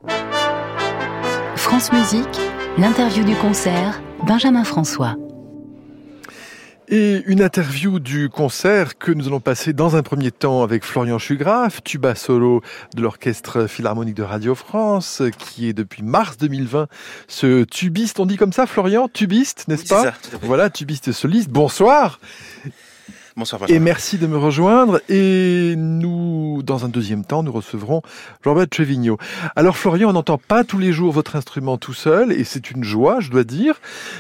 France Musique, l'interview du concert, Benjamin François. Et une interview du concert que nous allons passer dans un premier temps avec Florian Schugraff, tuba solo de l'Orchestre Philharmonique de Radio France, qui est depuis mars 2020 ce tubiste, on dit comme ça Florian, tubiste, n'est-ce pas ? C'est ça, tout à fait. Voilà, tubiste soliste, bonsoir. Bonsoir Benjamin. Et merci de me rejoindre. Et nous, dans un deuxième temps, nous recevrons Robert Trevigno. Alors Florian, on n'entend pas tous les jours votre instrument tout seul, et c'est une joie, je dois dire.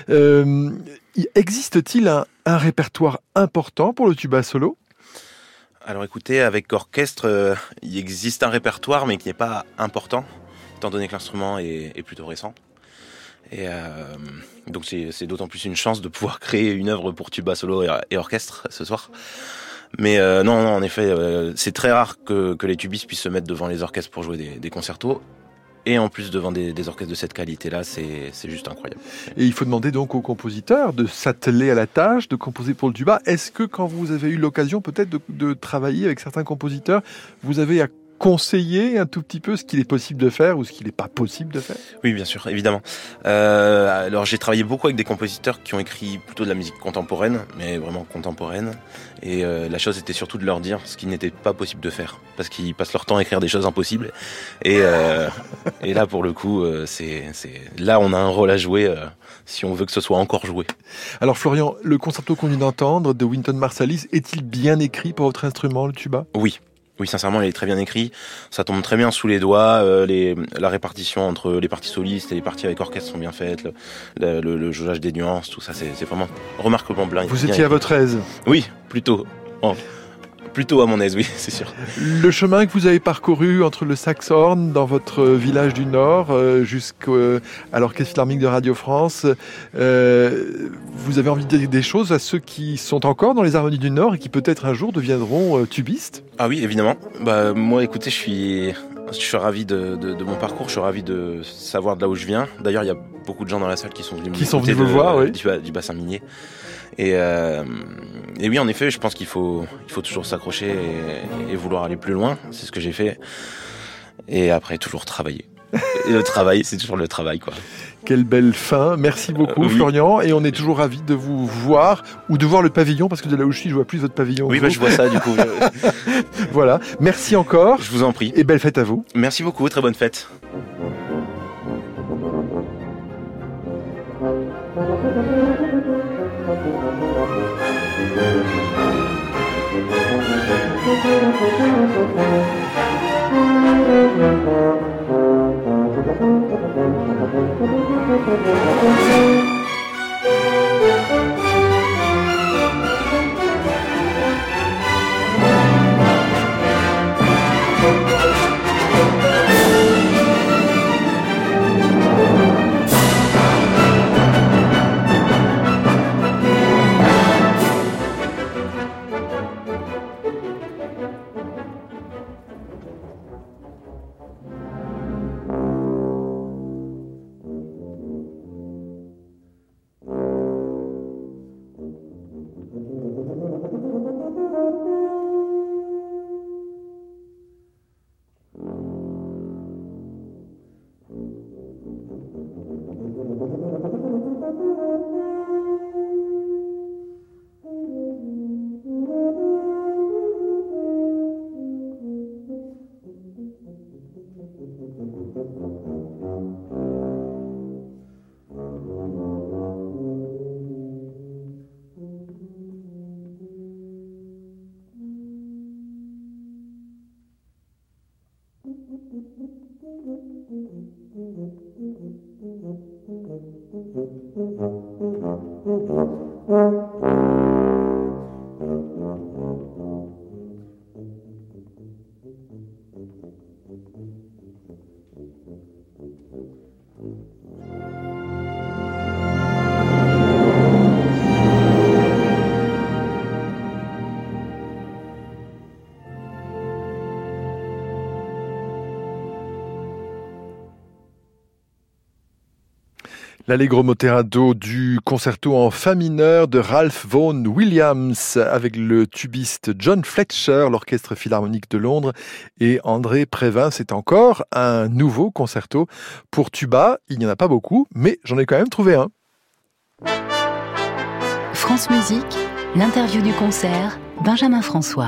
Existe-t-il un répertoire important pour le tuba solo ? Alors écoutez, avec orchestre, il existe un répertoire, mais qui n'est pas important, étant donné que l'instrument est plutôt récent. Et donc c'est d'autant plus une chance de pouvoir créer une œuvre pour tuba solo et orchestre ce soir. Mais non, en effet, c'est très rare que les tubistes puissent se mettre devant les orchestres pour jouer des concertos. Et en plus devant des orchestres de cette qualité-là, c'est juste incroyable. Et il faut demander donc aux compositeurs de s'atteler à la tâche, de composer pour le tuba. Est-ce que quand vous avez eu l'occasion peut-être de travailler avec certains compositeurs, vous avez à conseiller un tout petit peu ce qu'il est possible de faire ou ce qu'il n'est pas possible de faire ? Oui, bien sûr, évidemment. Alors j'ai travaillé beaucoup avec des compositeurs qui ont écrit plutôt de la musique contemporaine, mais vraiment contemporaine. Et la chose était surtout de leur dire ce qui n'était pas possible de faire, parce qu'ils passent leur temps à écrire des choses impossibles. Et là, pour le coup, là on a un rôle à jouer si on veut que ce soit encore joué. Alors Florian, le concerto qu'on vient d'entendre de Wynton Marsalis, est-il bien écrit pour votre instrument, le tuba ? Oui, sincèrement, il est très bien écrit. Ça tombe très bien sous les doigts. La répartition entre les parties solistes et les parties avec orchestre sont bien faites. Le jaugage des nuances, tout ça, c'est vraiment remarquablement bien. Vous étiez à votre aise ? Oui, plutôt. Plutôt à mon aise, oui, c'est sûr. Le chemin que vous avez parcouru entre le Saxhorn, dans votre village du Nord, jusqu'à l'Orchestre Philharmonique de Radio France, vous avez envie de dire des choses à ceux qui sont encore dans les harmonies du Nord et qui peut-être un jour deviendront tubistes ? Ah oui, évidemment. Moi, écoutez, je suis ravi de mon parcours, je suis ravi de savoir de là où je viens. D'ailleurs, il y a beaucoup de gens dans la salle qui sont venus vous voir, oui. du bassin minier. Et oui, en effet, je pense qu'il faut toujours s'accrocher et vouloir aller plus loin. C'est ce que j'ai fait. Et après, toujours travailler. Et le travail, c'est toujours le travail, quoi. Quelle belle fin. Merci beaucoup, Florian. Et on est toujours ravis de vous voir ou de voir le pavillon, parce que de là où je suis, je vois plus votre pavillon. Oui, je vois ça, du coup. Voilà. Merci encore. Je vous en prie. Et belle fête à vous. Merci beaucoup. Très bonne fête. L'Allegro moderato du concerto en fa mineur de Ralph Vaughan Williams avec le tubiste John Fletcher, l'Orchestre Philharmonique de Londres et André Prévin. C'est encore un nouveau concerto pour tuba. Il n'y en a pas beaucoup, mais j'en ai quand même trouvé un. France Musique, l'interview du concert, Benjamin François.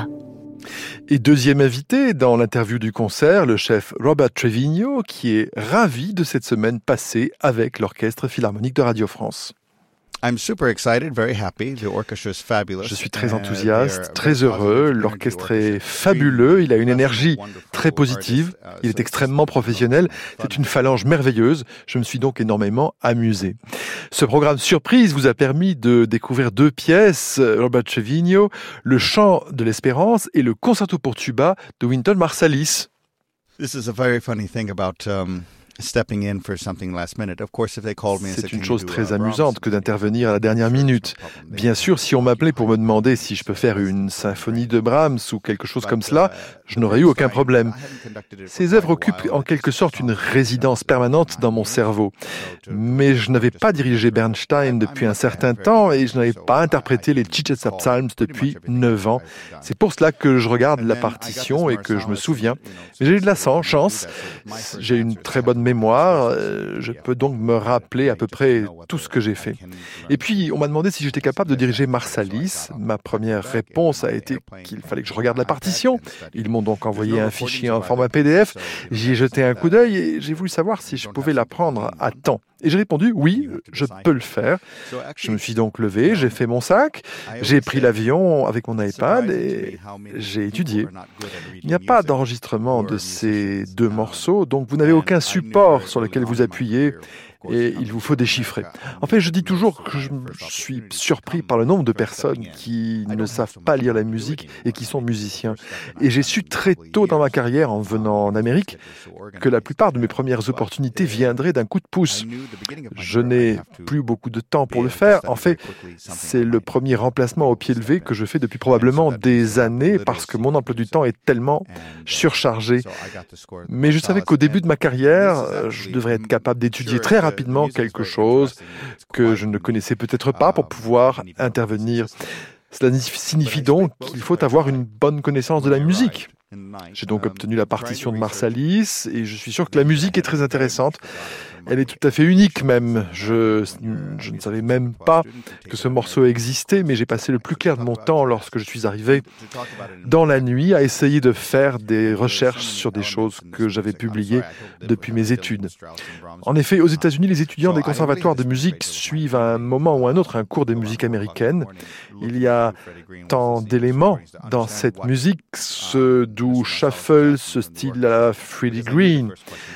Et deuxième invité dans l'interview du concert, le chef Robert Trevino, qui est ravi de cette semaine passée avec l'Orchestre Philharmonique de Radio France. I'm super excited, very happy. The orchestra is fabulous. Je suis très enthousiaste, très heureux. L'orchestre est fabuleux, il a une énergie très positive, il est extrêmement professionnel. C'est une phalange merveilleuse. Je me suis donc énormément amusé. Ce programme surprise vous a permis de découvrir 2 pièces, Robert Trevino, le Chant de l'Espérance et le Concerto pour tuba de Wynton Marsalis. This is a very funny thing about stepping in for something last minute. Of course, if they called me and said, C'est une chose très amusante que d'intervenir à la dernière minute. Bien sûr, si on m'appelait pour me demander si je peux faire une symphonie de Brahms ou quelque chose comme cela, je n'aurais eu aucun problème. Ces œuvres occupent en quelque sorte une résidence permanente dans mon cerveau. Mais je n'avais pas dirigé Bernstein depuis un certain temps et je n'avais pas interprété les Chichester Psalms depuis 9 ans. C'est pour cela que je regarde la partition et que je me souviens. Mais j'ai eu de la chance. J'ai une très bonne mémoire, je peux donc me rappeler à peu près tout ce que j'ai fait. Et puis, on m'a demandé si j'étais capable de diriger Marsalis. Ma première réponse a été qu'il fallait que je regarde la partition. Ils m'ont donc envoyé un fichier en format PDF. J'y ai jeté un coup d'œil et j'ai voulu savoir si je pouvais l'apprendre à temps. Et j'ai répondu, oui, je peux le faire. Je me suis donc levé, j'ai fait mon sac, j'ai pris l'avion avec mon iPad et j'ai étudié. Il n'y a pas d'enregistrement de ces 2 morceaux, donc vous n'avez aucun support sur lequel vous appuyez et il vous faut déchiffrer. En fait, je dis toujours que je suis surpris par le nombre de personnes qui ne savent pas lire la musique et qui sont musiciens. Et j'ai su très tôt dans ma carrière, en venant en Amérique, que la plupart de mes premières opportunités viendraient d'un coup de pouce. Je n'ai plus beaucoup de temps pour le faire. En fait, c'est le premier remplacement au pied levé que je fais depuis probablement des années parce que mon emploi du temps est tellement surchargé. Mais je savais qu'au début de ma carrière, je devrais être capable d'étudier très rapidement quelque chose que je ne connaissais peut-être pas pour pouvoir intervenir. Cela signifie donc qu'il faut avoir une bonne connaissance de la musique. J'ai donc obtenu la partition de Marsalis et je suis sûr que la musique est très intéressante. Elle est tout à fait unique même. Je ne savais même pas que ce morceau existait, mais j'ai passé le plus clair de mon temps lorsque je suis arrivé dans la nuit à essayer de faire des recherches sur des choses que j'avais publiées depuis mes études. En effet, aux États-Unis, les étudiants des conservatoires de musique suivent à un moment ou à un autre un cours de musique américaine. Il y a tant d'éléments dans cette musique, ce doux shuffle, ce style à la Freddie Green.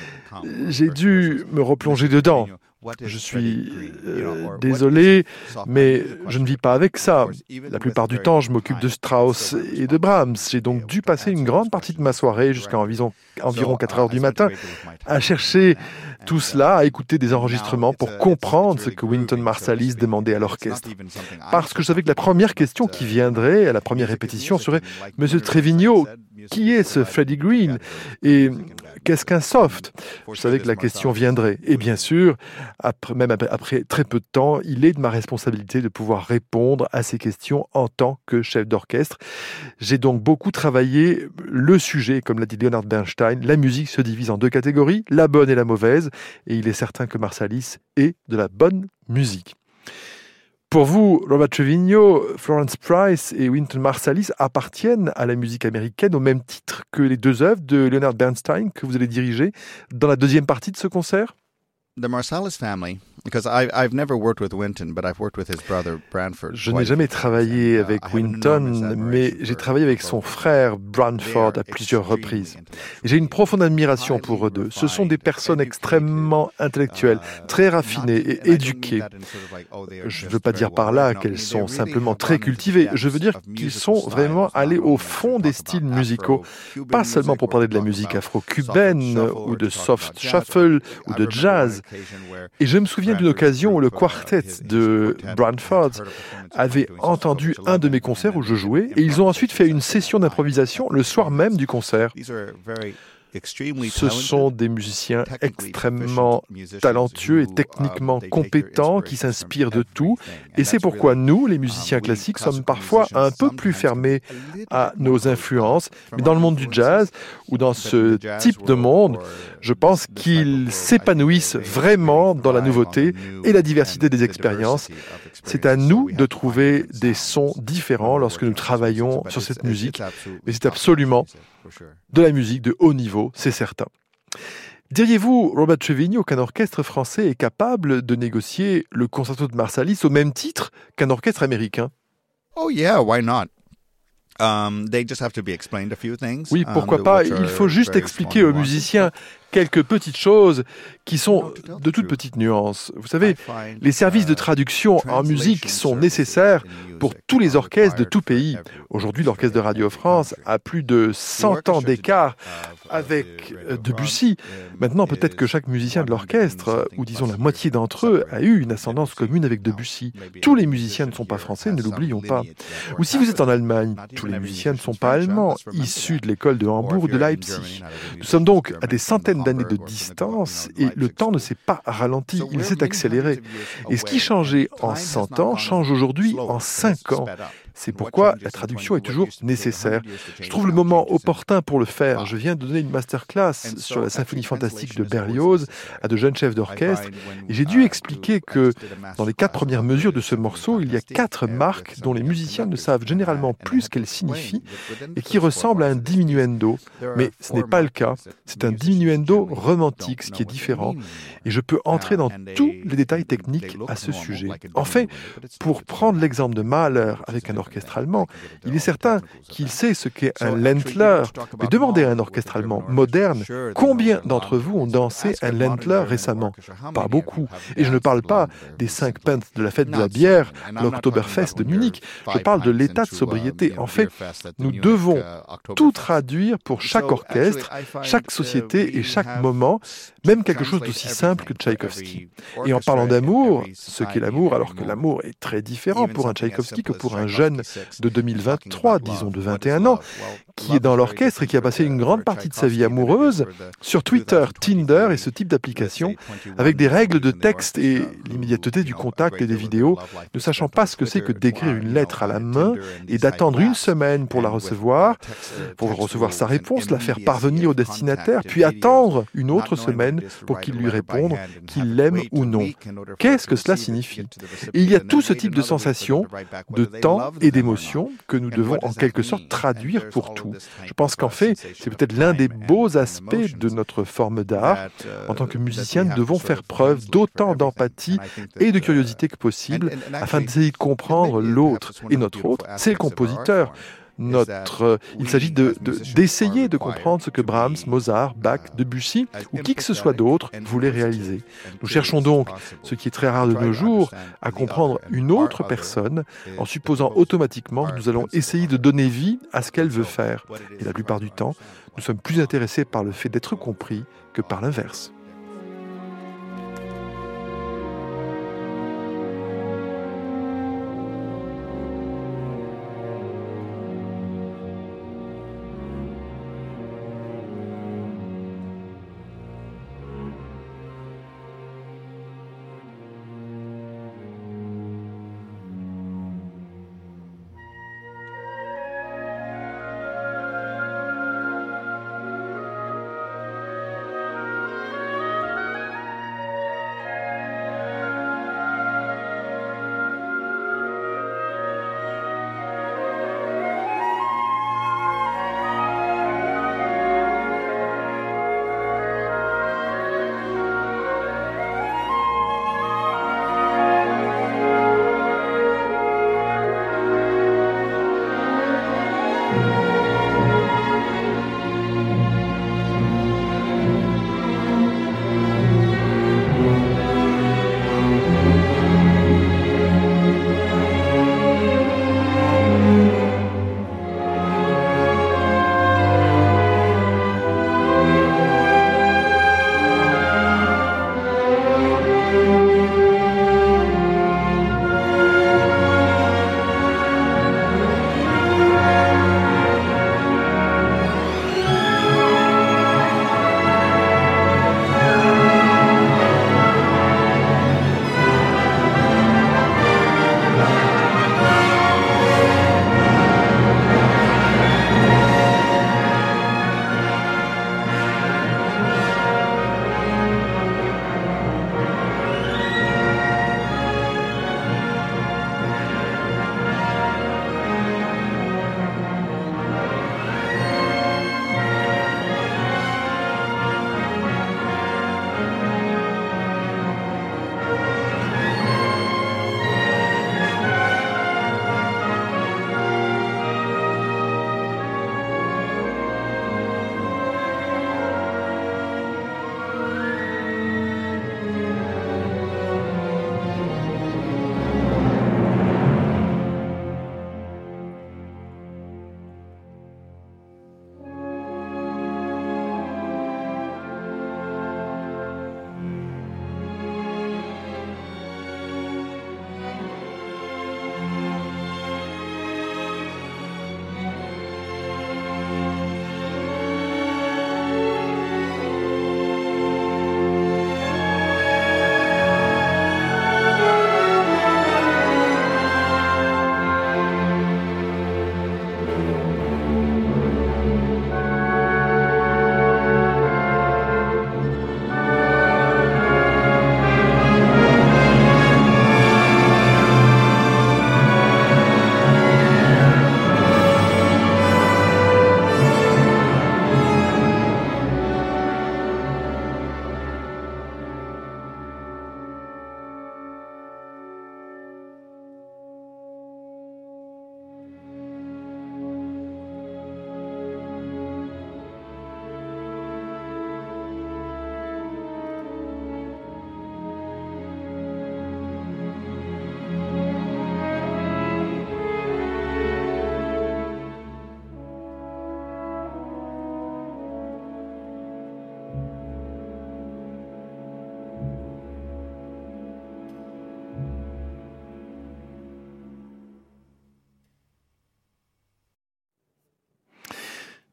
J'ai dû me replonger dedans. Je suis désolé, mais je ne vis pas avec ça. La plupart du temps, je m'occupe de Strauss et de Brahms. J'ai donc dû passer une grande partie de ma soirée, jusqu'à environ 4 heures du matin, à chercher tout cela, à écouter des enregistrements pour comprendre ce que Wynton Marsalis demandait à l'orchestre. Parce que je savais que la première question qui viendrait à la première répétition serait « Monsieur Trevino, qui est ce Freddie Green et qu'est-ce qu'un soft ?» Je savais que la question viendrait. Et bien sûr, après très peu de temps, il est de ma responsabilité de pouvoir répondre à ces questions en tant que chef d'orchestre. J'ai donc beaucoup travaillé le sujet, comme l'a dit Leonard Bernstein. La musique se divise en 2 catégories, la bonne et la mauvaise, et il est certain que Marsalis est de la bonne musique. Pour vous, Robert Trevino, Florence Price et Wynton Marsalis appartiennent à la musique américaine au même titre que les 2 œuvres de Leonard Bernstein que vous allez diriger dans la deuxième partie de ce concert? The Marsalis family, because I've never worked with Wynton, but I've worked with his brother Branford. Je n'ai jamais travaillé avec Wynton, mais j'ai travaillé avec son frère Branford à plusieurs reprises. Et j'ai une profonde admiration pour eux deux. Ce sont des personnes extrêmement intellectuelles, très raffinées et éduquées. Je ne veux pas dire par là qu'elles sont simplement très cultivées. Je veux dire qu'ils sont vraiment allés au fond des styles musicaux, pas seulement pour parler de la musique afro-cubaine ou de soft shuffle ou de jazz. Et je me souviens d'une occasion où le quartet de Branford avait entendu un de mes concerts où je jouais et ils ont ensuite fait une session d'improvisation le soir même du concert. Ce sont des musiciens extrêmement talentueux et techniquement compétents qui s'inspirent de tout. Et c'est pourquoi nous, les musiciens classiques, sommes parfois un peu plus fermés à nos influences. Mais dans le monde du jazz ou dans ce type de monde, je pense qu'ils s'épanouissent vraiment dans la nouveauté et la diversité des expériences. C'est à nous de trouver des sons différents lorsque nous travaillons sur cette musique. Mais c'est absolument de la musique de haut niveau, c'est certain. Diriez-vous, Robert Trevino, qu'un orchestre français est capable de négocier le concerto de Marsalis au même titre qu'un orchestre américain? Oh yeah, why not? Oui, pourquoi pas? Il faut juste expliquer aux musiciens quelques petites choses qui sont de toutes petites nuances. Vous savez, les services de traduction en musique sont nécessaires pour tous les orchestres de tout pays. Aujourd'hui, l'orchestre de Radio France a plus de 100 ans d'écart avec Debussy. Maintenant, peut-être que chaque musicien de l'orchestre, ou disons la moitié d'entre eux, a eu une ascendance commune avec Debussy. Tous les musiciens ne sont pas français, ne l'oublions pas. Ou si vous êtes en Allemagne, tous les musiciens ne sont pas allemands, issus de l'école de Hambourg ou de Leipzig. Nous sommes donc à des centaines d'années de distance et le temps ne s'est pas ralenti, il s'est accéléré. Et ce qui changeait en 100 ans change aujourd'hui en 5 ans. C'est pourquoi la traduction est toujours nécessaire. Je trouve le moment opportun pour le faire. Je viens de donner une masterclass sur la symphonie fantastique de Berlioz à de jeunes chefs d'orchestre et j'ai dû expliquer que dans les 4 premières mesures de ce morceau, il y a 4 marques dont les musiciens ne savent généralement plus ce qu'elles signifient et qui ressemblent à un diminuendo. Mais ce n'est pas le cas. C'est un diminuendo romantique, ce qui est différent. Et je peux entrer dans tous les détails techniques à ce sujet. En fait, pour prendre l'exemple de Mahler avec un orchestre allemand, il est certain qu'il sait ce qu'est un Ländler. Mais demandez à un orchestre allemand moderne, combien d'entre vous ont dansé un Ländler récemment? Pas beaucoup. Et je ne parle pas des 5 pintes de la fête de la bière, l'Oktoberfest de Munich. Je parle de l'état de sobriété. En fait, nous devons tout traduire pour chaque orchestre, chaque société et chaque moment, même quelque chose d'aussi simple que Tchaïkovski. Et en parlant d'amour, ce qu'est l'amour, alors que l'amour est très différent pour un Tchaïkovski que pour un jeune de 2023, disons de 21 ans, qui est dans l'orchestre et qui a passé une grande partie de sa vie amoureuse sur Twitter, Tinder et ce type d'application, avec des règles de texte et l'immédiateté du contact et des vidéos, ne sachant pas ce que c'est que d'écrire une lettre à la main et d'attendre une semaine pour recevoir sa réponse, la faire parvenir au destinataire, puis attendre une autre semaine pour qu'il lui réponde qu'il l'aime ou non. Qu'est-ce que cela signifie? Et il y a tout ce type de sensations, de temps et d'émotions que nous devons en quelque sorte traduire pour tout. Je pense qu'en fait, c'est peut-être l'un des beaux aspects de notre forme d'art. En tant que musiciens, nous devons faire preuve d'autant d'empathie et de curiosité que possible afin d'essayer de comprendre l'autre. Et notre autre, c'est le compositeur. Il s'agit d'essayer de comprendre ce que Brahms, Mozart, Bach, Debussy ou qui que ce soit d'autre voulait réaliser. Nous cherchons donc, ce qui est très rare de nos jours, à comprendre une autre personne en supposant automatiquement que nous allons essayer de donner vie à ce qu'elle veut faire. Et la plupart du temps, nous sommes plus intéressés par le fait d'être compris que par l'inverse.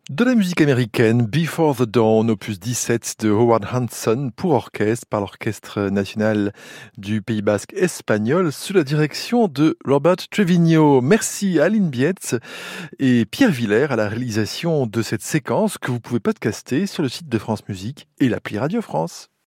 De la musique américaine, Before the Dawn, opus 17 de Howard Hanson pour orchestre par l'Orchestre national du Pays basque espagnol sous la direction de Robert Trevino. Merci à Aline Bietz et Pierre Villers à la réalisation de cette séquence que vous pouvez podcaster sur le site de France Musique et l'appli Radio France.